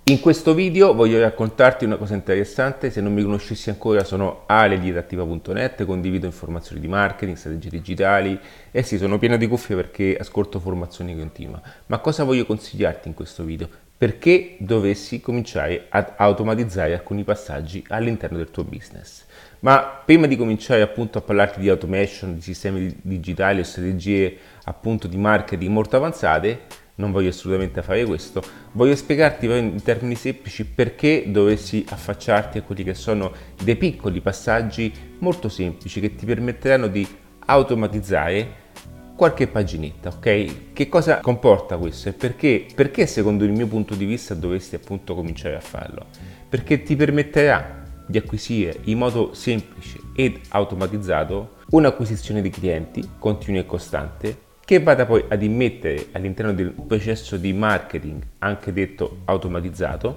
In questo video voglio raccontarti una cosa interessante. Se non mi conoscessi ancora, sono Ale di Adattiva.net, condivido informazioni di marketing, strategie digitali e sì, sono pieno di cuffie perché ascolto formazioni continue. Ma cosa voglio consigliarti in questo video? Perché dovessi cominciare ad automatizzare alcuni passaggi all'interno del tuo business. Ma prima di cominciare appunto a parlarti di automation, di sistemi digitali o strategie appunto di marketing molto avanzate, non voglio assolutamente fare questo, voglio spiegarti in termini semplici perché dovessi affacciarti a quelli che sono dei piccoli passaggi molto semplici che ti permetteranno di automatizzare qualche paginetta, ok? Che cosa comporta questo e perché secondo il mio punto di vista dovresti appunto cominciare a farlo? Perché ti permetterà di acquisire in modo semplice ed automatizzato un'acquisizione di clienti continua e costante che vada poi ad immettere all'interno del processo di marketing, anche detto automatizzato,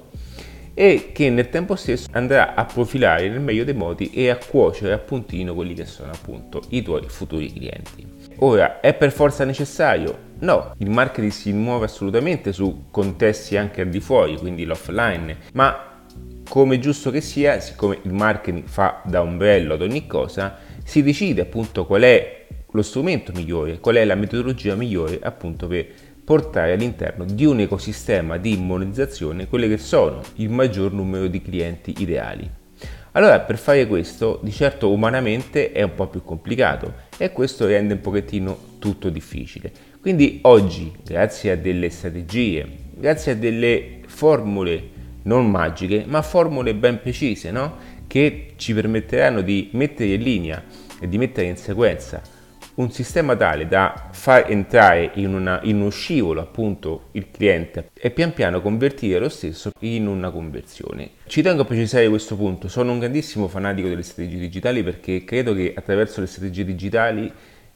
e che nel tempo stesso andrà a profilare nel meglio dei modi e a cuocere a puntino quelli che sono appunto i tuoi futuri clienti. Ora, è per forza necessario? No, il marketing si muove assolutamente su contesti anche al di fuori, quindi l'offline, ma come giusto che sia, siccome il marketing fa da ombrello ad ogni cosa, si decide appunto qual è lo strumento migliore, qual è la metodologia migliore appunto per portare all'interno di un ecosistema di monetizzazione quelle che sono il maggior numero di clienti ideali. Allora, per fare questo, di certo umanamente è un po' più complicato e questo rende un pochettino tutto difficile. Quindi oggi, grazie a delle strategie, grazie a delle formule non magiche, ma formule ben precise, no? Che ci permetteranno di mettere in linea e di mettere in sequenza un sistema tale da far entrare in uno scivolo appunto il cliente e pian piano convertire lo stesso in una conversione. Ci tengo a precisare questo punto, sono un grandissimo fanatico delle strategie digitali perché credo che attraverso le strategie digitali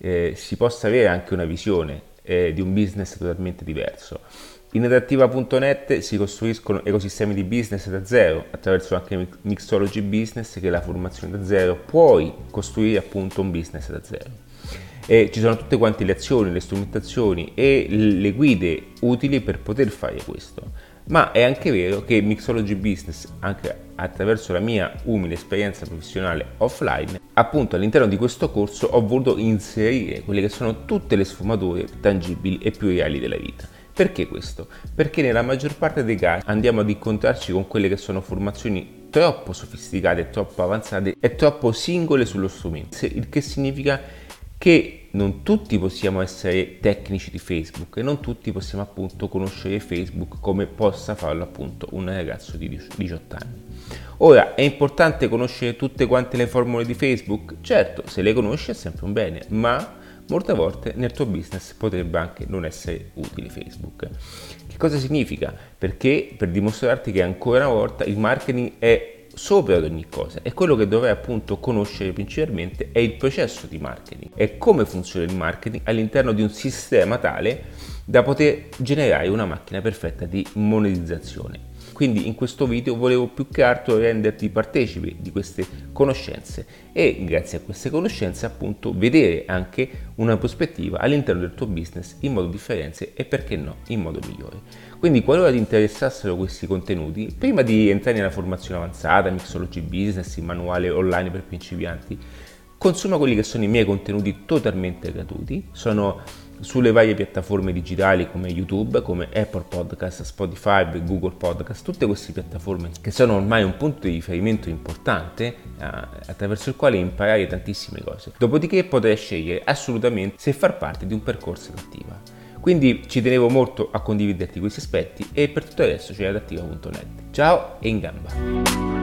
si possa avere anche una visione di un business totalmente diverso. In Adattiva.net si costruiscono ecosistemi di business da zero, attraverso anche Mixology Business, che è la formazione da zero, puoi costruire appunto un business da zero. E ci sono tutte quante le azioni, le strumentazioni e le guide utili per poter fare questo. Ma è anche vero che Mixology Business, anche attraverso la mia umile esperienza professionale offline, appunto all'interno di questo corso ho voluto inserire quelle che sono tutte le sfumature tangibili e più reali della vita. Perché questo? Perché nella maggior parte dei casi andiamo ad incontrarci con quelle che sono formazioni troppo sofisticate, troppo avanzate e troppo singole sullo strumento, il che significa che non tutti possiamo essere tecnici di Facebook e non tutti possiamo appunto conoscere Facebook come possa farlo appunto un ragazzo di 18 anni. Ora, è importante conoscere tutte quante le formule di Facebook? Certo, se le conosci è sempre un bene, ma molte volte nel tuo business potrebbe anche non essere utile Facebook. Che cosa significa? Perché per dimostrarti che ancora una volta il marketing è sopra ad ogni cosa e quello che dovrai appunto conoscere principalmente è il processo di marketing e come funziona il marketing all'interno di un sistema tale da poter generare una macchina perfetta di monetizzazione. Quindi in questo video volevo più che altro renderti partecipe di queste conoscenze e grazie a queste conoscenze appunto vedere anche una prospettiva all'interno del tuo business in modo differente e perché no in modo migliore. Quindi qualora ti interessassero questi contenuti, prima di entrare nella formazione avanzata, Mixology Business, il manuale online per principianti, consuma quelli che sono i miei contenuti totalmente gratuiti, sono sulle varie piattaforme digitali come YouTube, come Apple Podcast, Spotify, Google Podcast, tutte queste piattaforme che sono ormai un punto di riferimento importante attraverso il quale imparare tantissime cose. Dopodiché potrai scegliere assolutamente se far parte di un percorso Adattiva. Quindi ci tenevo molto a condividerti questi aspetti e per tutto adesso c'è Adattiva.net. Ciao e in gamba!